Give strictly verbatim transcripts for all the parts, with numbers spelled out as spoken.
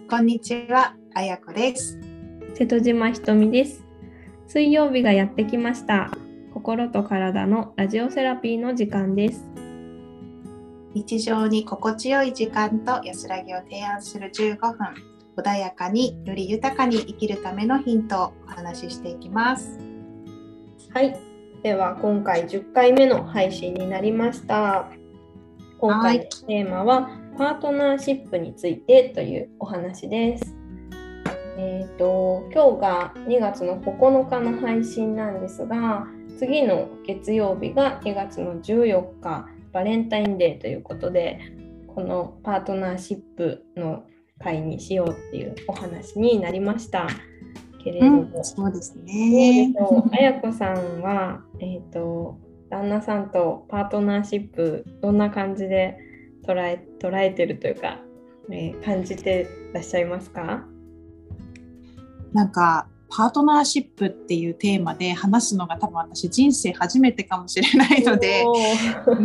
こんにちは、あやこです。 瀬戸島ひとみです。水曜日がやってきました。心と体のラジオセラピーの時間です。 日常に心地よい時間と安らぎを提案するじゅうごふん、穏やかにより豊かに生きるためのヒントをお話ししていきます。 はい、では今回じゅっかいめの配信になりました。今回のテーマはパートナーシップについてというお話です。えーと、今日がにがつのここのかの配信なんですが、次の月曜日がにがつのじゅうよっか、バレンタインデーということで、このパートナーシップの会にしようっていうお話になりましたけれども、 うん、そうですね。 あやこさんは、えーと、旦那さんとパートナーシップどんな感じで捉え、捉えてるというか、えー、感じてらっしゃいますか？ なんかパートナーシップっていうテーマで話すのが多分私人生初めてかもしれないので、うん、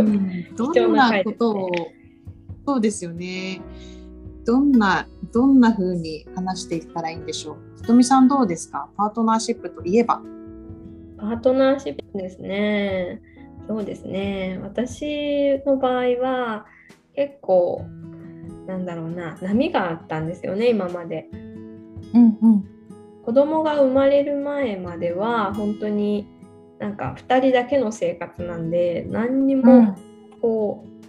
どんなことを、そうですよね。どんなどんな風に話していったらいいんでしょう。ひとみさんどうですか？パートナーシップといえば。 パートナーシップですね。そうですね。私の場合は結構なんだろうな、波があったんですよね、今まで。 うんうん。 子供が生まれる前までは本当になんかふたりだけの生活なんで、何にもこう、うん、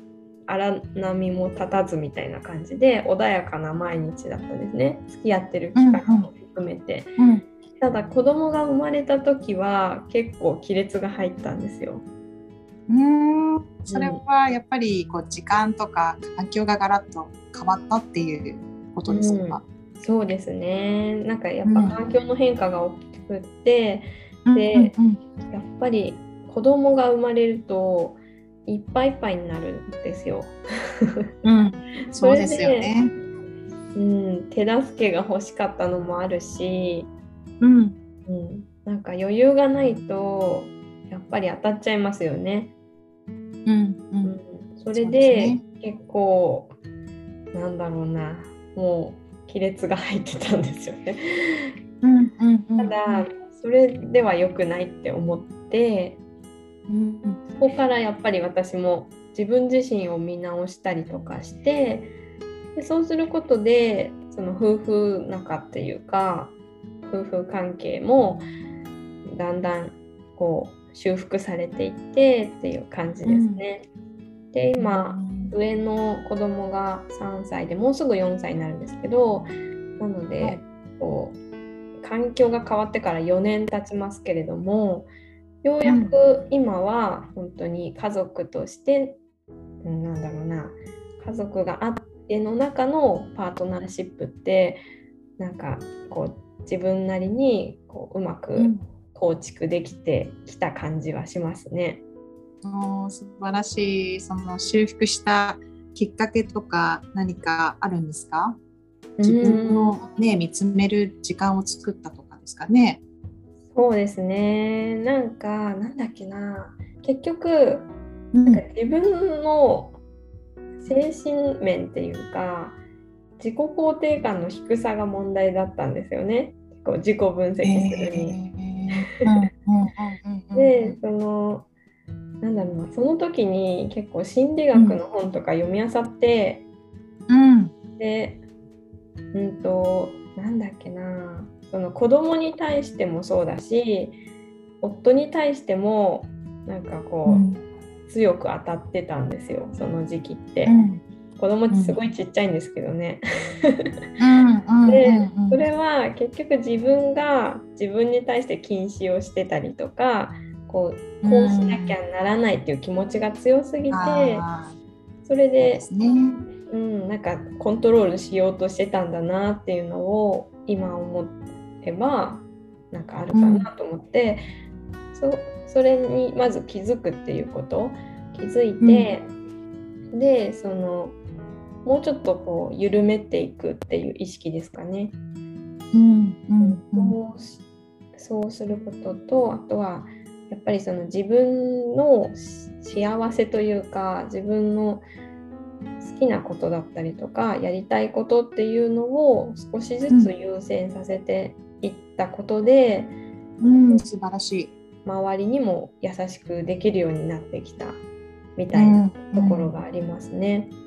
荒波も立たずみたいな感じで穏やかな毎日だったんですね。付き合ってる期間も含めて、うんうん、ただ子供が生まれた時は結構亀裂が入ったんですよ。 うーん、それはやっぱりこう時間とか環境がガラッと変わったっていうことですか？ うん、そうですね。なんかやっぱ環境の変化が大きくって、うん、で、うんうん、やっぱり子供が生まれるといっぱいいっぱいになるんですよ。 うん、そうですよね。 うん、手助けが欲しかったのもあるし、 うんうん、なんか余裕がないとやっぱり当たっちゃいますよね。 うんうん、 うん、それで結構なんだろうな、もう亀裂が入ってたんですよね。 うんうんうん、 ただそれでは良くないって思って、うん、そこからやっぱり私も自分自身を見直したりとかして、でそうすることでその夫婦仲っていうか夫婦関係もだんだんこう修復されていってっていう感じですね。うん、で今上の子供がさんさいでもうすぐよんさいになるんですけど、なのでこう環境が変わってからよねん経ちますけれども、ようやく今は本当に家族として、うん、なんだろうな、家族があっての中のパートナーシップってなんかこう自分なりにこううまく構築できてきた感じはしますね。 うん、素晴らしい。その修復したきっかけとか何かあるんですか？自分を、ね、見つめる時間を作ったとかですかね。 そうですね。なんかなんだっけな、結局なんか自分の精神面っていうか自己肯定感の低さが問題だったんですよね。こう自己分析するに。で、そのなんだろうな、その時に結構心理学の本とか読み漁って、うん、で、うんとなんだっけな、その子供に対してもそうだし、夫に対してもなんかこう、うん、強く当たってたんですよ、その時期って。うん、子供ってすごいちっちゃいんですけどね。で、それは結局自分が自分に対して禁止をしてたりとか、こう、こうしなきゃならないっていう気持ちが強すぎて、それで、そうですね、うん、なんかコントロールしようとしてたんだなっていうのを今思えばなんかあるかなと思って、うん、そ, それにまず気づくっていうこと気づいて、うん、でそのもうちょっとこう緩めていくっていう意識ですかね。うんうんうん、そうそうすることと、あとはやっぱりその自分の幸せというか自分の好きなことだったりとかやりたいことっていうのを少しずつ優先させていったことで、 うん、素晴らしい。 周りにも優しくできるようになってきたみたいなところがありますね。 うんうん、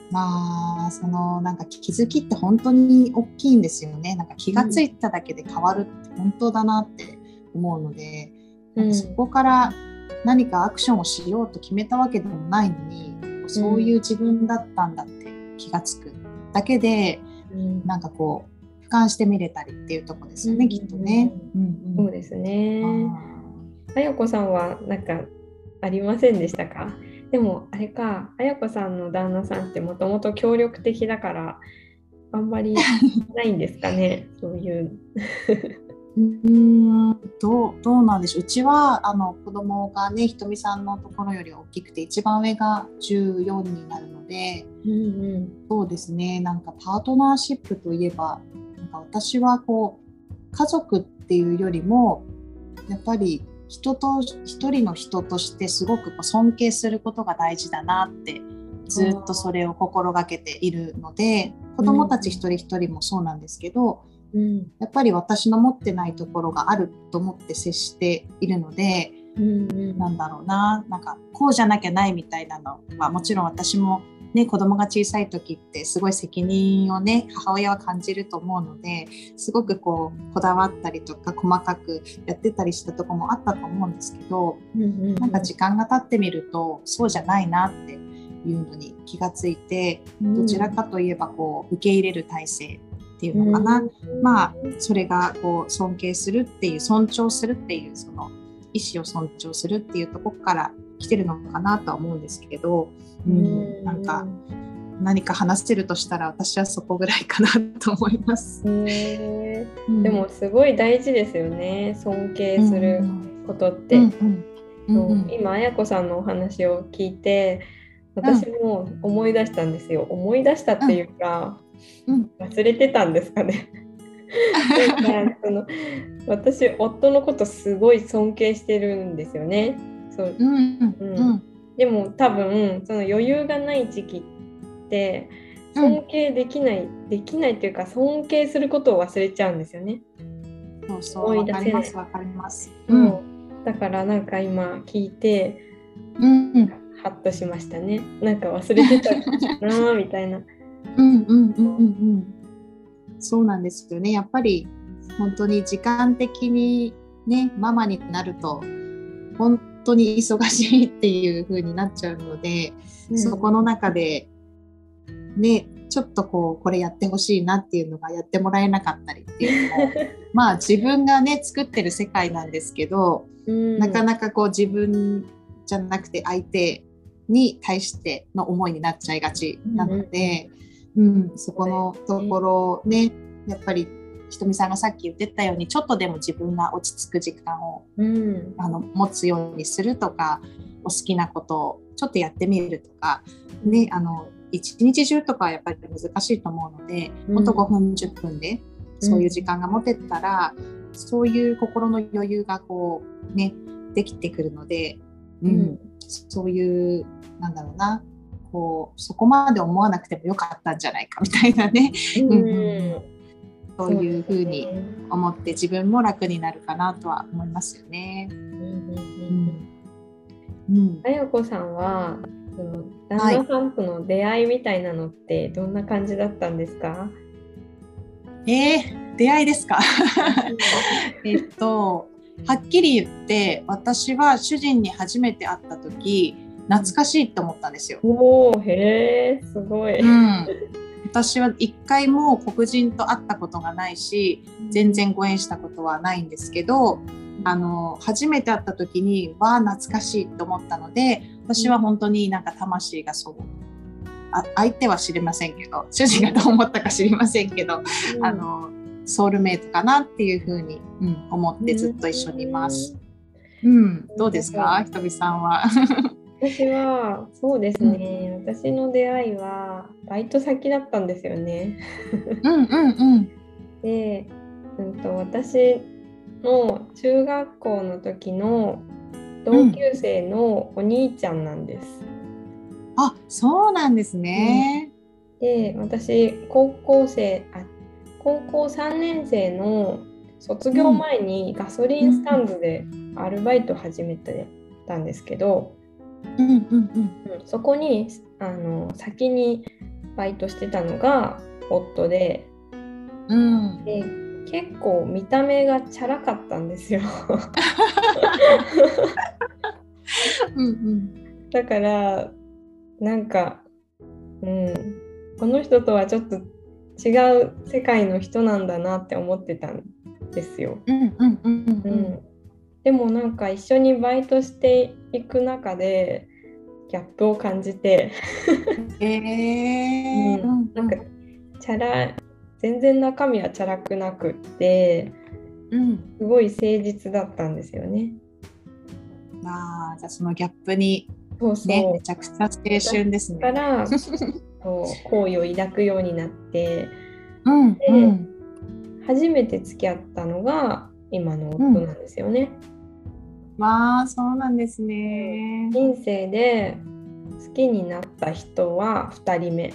まあそのなんか気づきって本当に大きいんですよね。なんか気がついただけで変わるって本当だなって思うので、うん、なんかそこから何かアクションをしようと決めたわけでもないのに、うん、そういう自分だったんだって気がつくだけで、うん、なんかこう俯瞰して見れたりっていうところですよね、うん、きっとね、 うんうん、そうですね。あやこさんはなんかありませんでしたか？でもあれか、あやこさんの旦那さんってもともと協力的だからあんまりないんですかねそういううーんどう、どうなんでしょう。うちはあの子供がね、ひとみさんのところより大きくて一番上がじゅうよんになるので、うんうん、そうですね、なんかパートナーシップといえばなんか私はこう家族っていうよりもやっぱり人と一人の人としてすごくこう尊敬することが大事だなってずっとそれを心がけているので、子どもたち一人一人もそうなんですけど、うん、やっぱり私の持ってないところがあると思って接しているので、うんうん、なんだろうな、なんかこうじゃなきゃないみたいなのはもちろん私もね、子供が小さい時ってすごい責任をね母親は感じると思うので、すごくこうこだわったりとか細かくやってたりしたところもあったと思うんですけど、うんうんうん、なんか時間が経ってみるとそうじゃないなっていうのに気がついて、どちらかといえばこう受け入れる体制っていうのかな、うん、まあそれがこう尊敬するっていう尊重するっていうその意思を尊重するっていうところから来てるのかなとは思うんですけど、うん、なんか何か話してるとしたら私はそこぐらいかなと思います。 へー、うん、でもすごい大事ですよね、尊敬することって。今あやこさんのお話を聞いて私も思い出したんですよ。思い出したっていうか、うん、忘れてたんですかね。なんかその私夫のことすごい尊敬してるんですよね。そう、うんうんうん、でも多分その余裕がない時期って尊敬できない、うん、できないっていうか尊敬することを忘れちゃうんですよね。 そうそう、わかりますわかります。 うん、だからなんか今聞いて、うんうん、ハッとしましたね。なんか忘れてたなみたいな。 うんうんうんうん。そうなんですよね。やっぱり本当に時間的にねママになると本当に忙しいっていう風になっちゃうので、うん、そこの中でねちょっとこうこれやってほしいなっていうのがやってもらえなかったりっていうのもまあ自分がね作ってる世界なんですけど、うん、なかなかこう自分じゃなくて相手に対しての思いになっちゃいがちなので、うんうん、そこのところね、やっぱりひとみさんがさっき言ってたようにちょっとでも自分が落ち着く時間を、うん、あの持つようにするとか、お好きなことをちょっとやってみるとか、ね、あの一日中とかはやっぱり難しいと思うので、ほんとごふんじゅっぷんでそういう時間が持てたら、うん、そういう心の余裕がこうねできてくるので、うんうん、そういうなんだろうな、こうそこまで思わなくてもよかったんじゃないかみたいなね、うんうんうん、そういうふうに思って自分も楽になるかなとは思いますよね。 あやこさんはその旦那さんとの出会いみたいなのってどんな感じだったんですか？はい、えー、出会いですかえっとはっきり言って私は主人に初めて会った時懐かしいと思ったんですよ。 おー、へー、すごい、 うん、私は一回も黒人と会ったことがないし全然ご縁したことはないんですけど、あの初めて会った時にわあ懐かしいと思ったので、私は本当になんか魂がそう、あ相手は知りませんけど、主人がどう思ったか知りませんけど、うん、あのソウルメイトかなっていうふうに、うん、思ってずっと一緒にいます。うん、どうですか、ひとみさんは？ 私はそうですね、うん、私の出会いはバイト先だったんですよね。 うんうんうん。 で、うんと、私の中学校の時の同級生のお兄ちゃんなんです。 あ、そうなんですね。 うん、で、私高校生あ高校さんねん生の卒業前にガソリンスタンドでアルバイト始めてたんですけど、 うんうんうんうん、そこにあの先にバイトしてたのが夫で、 うん、 で結構見た目がチャラかったんですよ。 うんうん、 だからなんか、うん、この人とはちょっと違う世界の人なんだなって思ってたんですよ。 うんうんうんううん、 ん、でもなんか一緒にバイトしていく中でギャップを感じて、 えー、ううん、なんかんうんチャラ全然中身はチャラくなくってうん。 すごい誠実だったんですよね。 ああ、じゃあそのギャップにそうね、 そう。 めちゃくちゃ青春ですね。 だからそう好意を抱くようになって、 うんうでん初めて付き合ったのが今のうん。 夫なんですよね。 まあ、そうなんですね。 人生で好きになった人はふたりめ。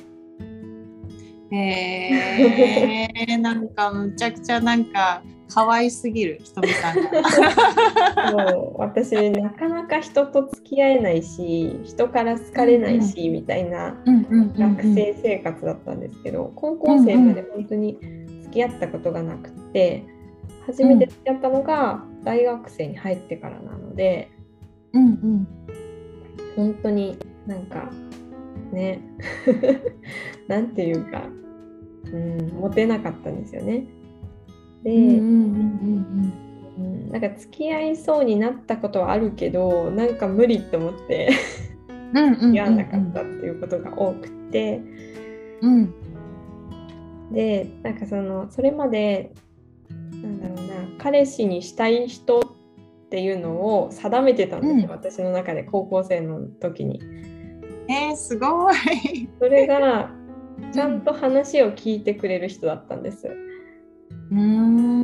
へえ、なんかむちゃくちゃなんか可愛すぎるひとみさんが。 そう私なかなか人と付き合えないし人から好かれないし、みたいなうんうんうん学生生活だったんですけど、高校うんうん生まで本当に付き合ったことがなくて、初めて付き合ったのが大学生に入ってからなので、 うんうん本当になんかねなんていうか、うん、モテなかったんですよね。で、 うんうんうんうん、なんか付き合いそうになったことはあるけどなんか無理って思ってうんうんやらなかったっていうことが多くて、 うんでなんかそのそれまでなんだろうな彼氏にしたい人っていうのを定めてたんですよ、 うん。 私の中で高校生の時に。 えー、すごい。 それがちゃんと話を聞いてくれる人だったんです。 うん。 うん、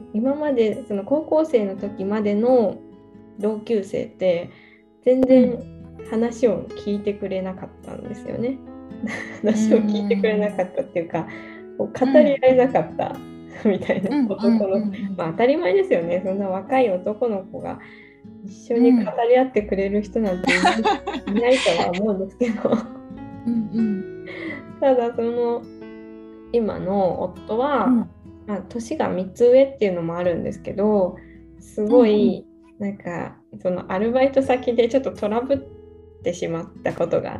今までその高校生の時までの同級生って全然話を聞いてくれなかったんですよね。話を聞いてくれなかったっていうか、こう語り合えなかったみたいな男の、まあ、当たり前ですよね。そんな若い男の子が一緒に語り合ってくれる人なんていない、いないとは思うんですけどうんうんただその今の夫は、 うんまあ、年がみっつ上っていうのもあるんですけど、すごいなんかそのアルバイト先でちょっとトラブってしまったことがあって、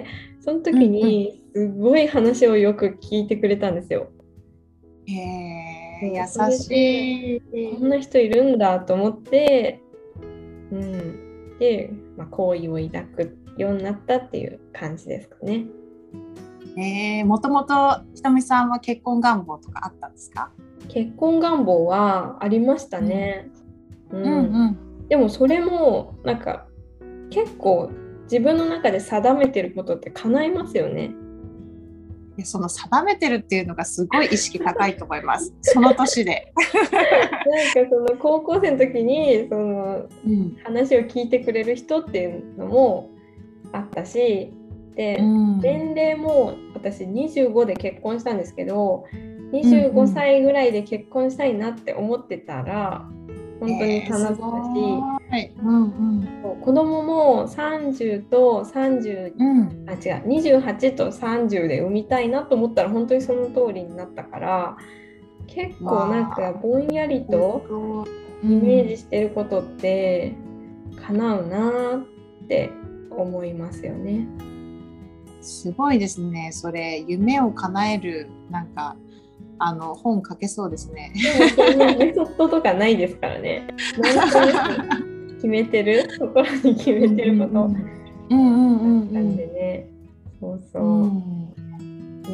その時にすごい話をよく聞いてくれたんですよ。 へえ、 そうそ優れでしい。 こんな人いるんだと思って、うん、で、まあ、好意を抱くようになったっていう感じですかね。 えー、もともとひとみさんは結婚願望とかあったんですか？ 結婚願望はありましたね。うんうんうん。 でもそれもなんか結構自分の中で定めてることって叶いますよね。 いや、その定めてるっていうのがすごい意識高いと思います。その年で。 なんかその高校生の時にそのうん話を聞いてくれる人っていうのもあったし、で、 うん、 年齢も私にじゅうごで結婚したんですけど、にじゅうごさいぐらいで結婚したいなって思ってたら本当にえー、す叶ったし、 ごい。うんうん子供もさんじゅうとさんじゅう、 うん。 あ違うにじゅうはちとさんじゅうで産みたいなと思ったら本当にその通りになったから、結構なんかぼんやりとイメージしてることって叶うなって思いますよね。 すごいですね。それ夢を叶えるなんかあの本書けそうですね。 でもそんなメソッドとかないですからね。なんとなく決めてるところに決めてることうんうんうんうなんんでね。そうそう。 うん。 うん、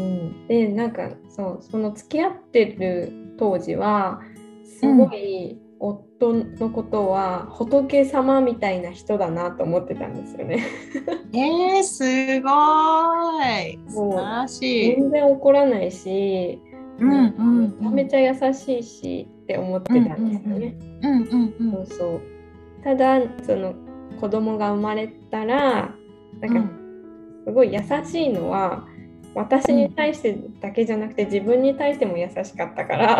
でなんかそうその付き合ってる当時はすごい夫のことは仏様みたいな人だなと思ってたんですよね。 えー、すごい。素晴もうらしい。 全然怒らないし、 うんうんめちゃめちゃ優しいしって思ってたんですよね。 うんうんうんそうそう。ただその子供が生まれたらなんかすごい優しいのは私に対してだけじゃなくて、うん、自分に対しても優しかったから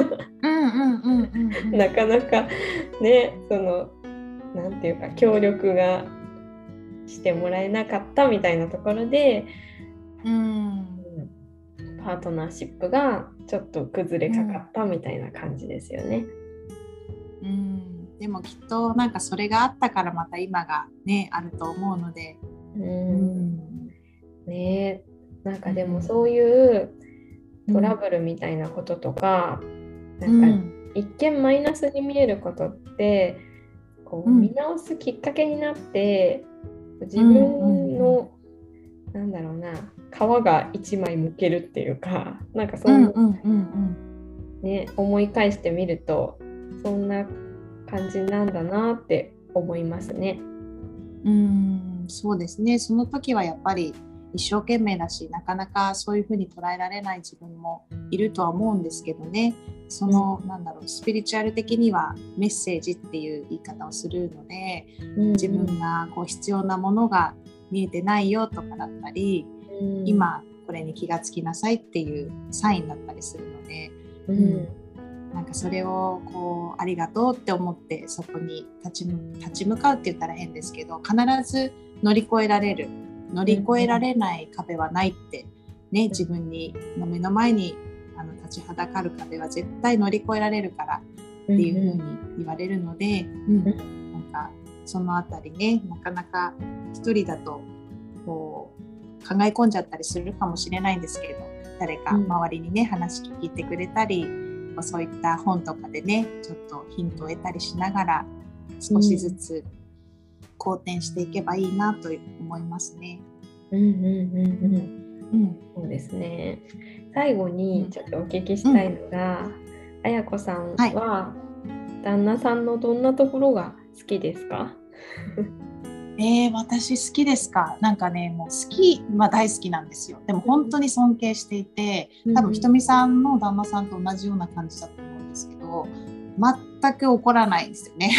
なかなかね、そのなんていうか協力がしてもらえなかったみたいなところで、うん、パートナーシップがちょっと崩れかかったみたいな感じですよね。 うん、うん、でもきっとなんかそれがあったからまた今がねあると思うので、 うんうん、ね、なんかでもそういうトラブルみたいなこととか、うん、なんか一見マイナスに見えることってこう見直すきっかけになって、自分の、うん、なんだろうな、皮が一枚剥けるっていうか、なんかそんな、うんうんうんうん、ね、思い返してみるとそんな感じなんだなって思いますね。 うん、そうですね。その時はやっぱり一生懸命だし、なかなかそういうふうに捉えられない自分もいるとは思うんですけどね。その、うん、なんだろう、スピリチュアル的にはメッセージっていう言い方をするので、うんうん、自分がこう必要なものが見えてないよとかだったり、うん、今これに気がつきなさいっていうサインだったりするので、うんうん、なんかそれをこうありがとうって思ってそこに立ち、立ち向かうって言ったら変ですけど、必ず乗り越えられる、乗り越えられない壁はないってね、自分にの目の前にあの立ちはだかる壁は絶対乗り越えられるからっていうふうに言われるので、うんうん、なんかそのあたりね、なかなか一人だとこう考え込んじゃったりするかもしれないんですけど、誰か周りにね話聞いてくれたり、そういった本とかでねちょっとヒントを得たりしながら少しずつ好転していけばいいなと思いますね。 うんうんうんうん、うん、そうですね。最後にちょっとお聞きしたいのが、うん、あやこさんは旦那さんのどんなところが好きですか？ えー、私好きですか？なんかね、もう好き、まあ、大好きなんですよ。でも本当に尊敬していて、多分ひとみさんの旦那さんと同じような感じだと思うんですけど、全く怒らないんですよね。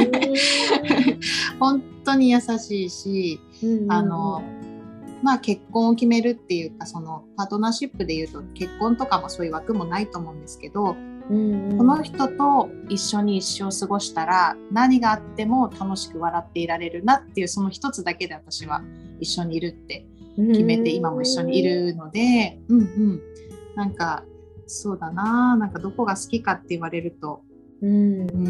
本当に優しいし、あのまあ、結婚を決めるっていうか、そのパートナーシップでいうと結婚とかもそういう枠もないと思うんですけど、うんうん、この人と一緒に一生過ごしたら何があっても楽しく笑っていられるなっていう、その一つだけで私は一緒にいるって決めて今も一緒にいるので、うんうん、なんかそうだな、なんかどこが好きかって言われると、うんうん、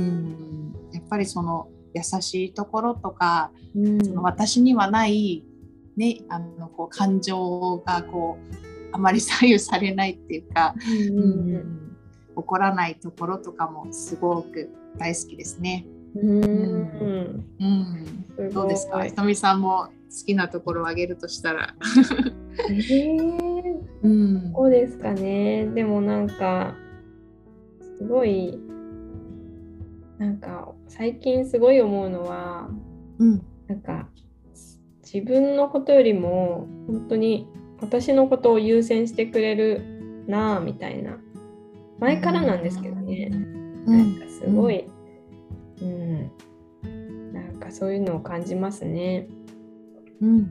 やっぱりその優しいところとか、うん、その私にはないね、あのこう感情がこうあまり左右されないっていうか、うんうんうん、怒らないところとかもすごく大好きですね。うんうんうん、どうですか？ひとみさんも好きなところを挙げるとしたら。 えー、うん、そうですかね。でもなんかすごいなんか最近すごい思うのは、うん、なんか自分のことよりも本当に私のことを優先してくれるなぁみたいな、前からなんですけどね、うん、なんかすごい、うん、うん、なんかそういうのを感じますね。うんうんうん、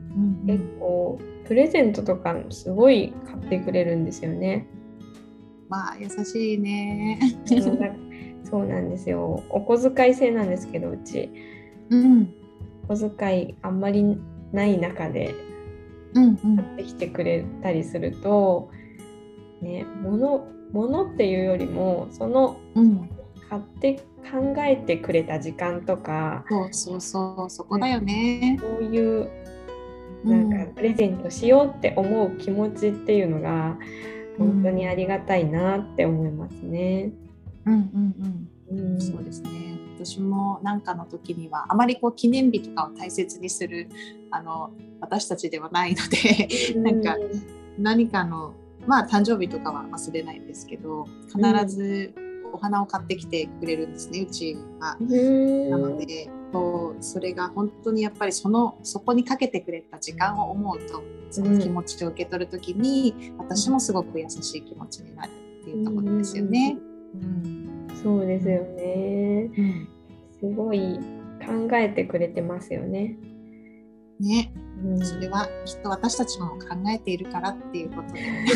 結構プレゼントとかすごい買ってくれるんですよね。 まあ優しいね。 そうなんですよ。お小遣い制なんですけどうち、うん、お小遣いあんまりない中で買ってきてくれたりすると、うんうん、ね、物、物っていうよりもその、うん、買って考えてくれた時間とか、 そうそうそう、そこだよね。 そういうなんかプレゼントしようって思う気持ちっていうのが本当にありがたいなって思いますね。 うんうんうん、うん、そうですね。私も何かの時にはあまりこう記念日とかを大切にするあの私たちではないので、うん、なんか何かのまあ誕生日とかは忘れないんですけど、必ずお花を買ってきてくれるんですね、うちは。うん、なのでこうそれが本当にやっぱりそのそこにかけてくれた時間を思うと、その気持ちを受け取る時に、うん、私もすごく優しい気持ちになるっていうところですよね。 うん、そうですよね、うん、すごい考えてくれてますよね。 ね、 うん、それはきっと私たちも考えているからっていうことで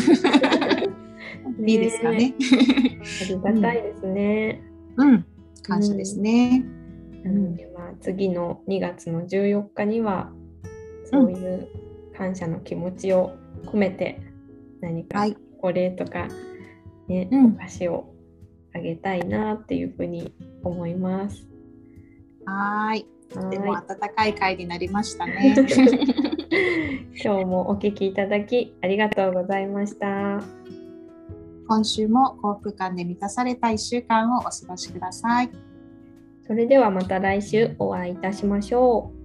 いいですかね。 ありがたいですね。 うん、うん、感謝ですね。 なので、まあ、次のにがつのじゅうよっかにはそういう感謝の気持ちを込めて何かお礼とか、ね、はい、お菓子をあげたいなっていうふうに思います。 はい、とても温かい会になりましたね。 今日もお聞きいただきありがとうございました。 今週も幸福感で満たされたいっしゅうかんをお過ごしください。 それではまた来週お会いいたしましょう。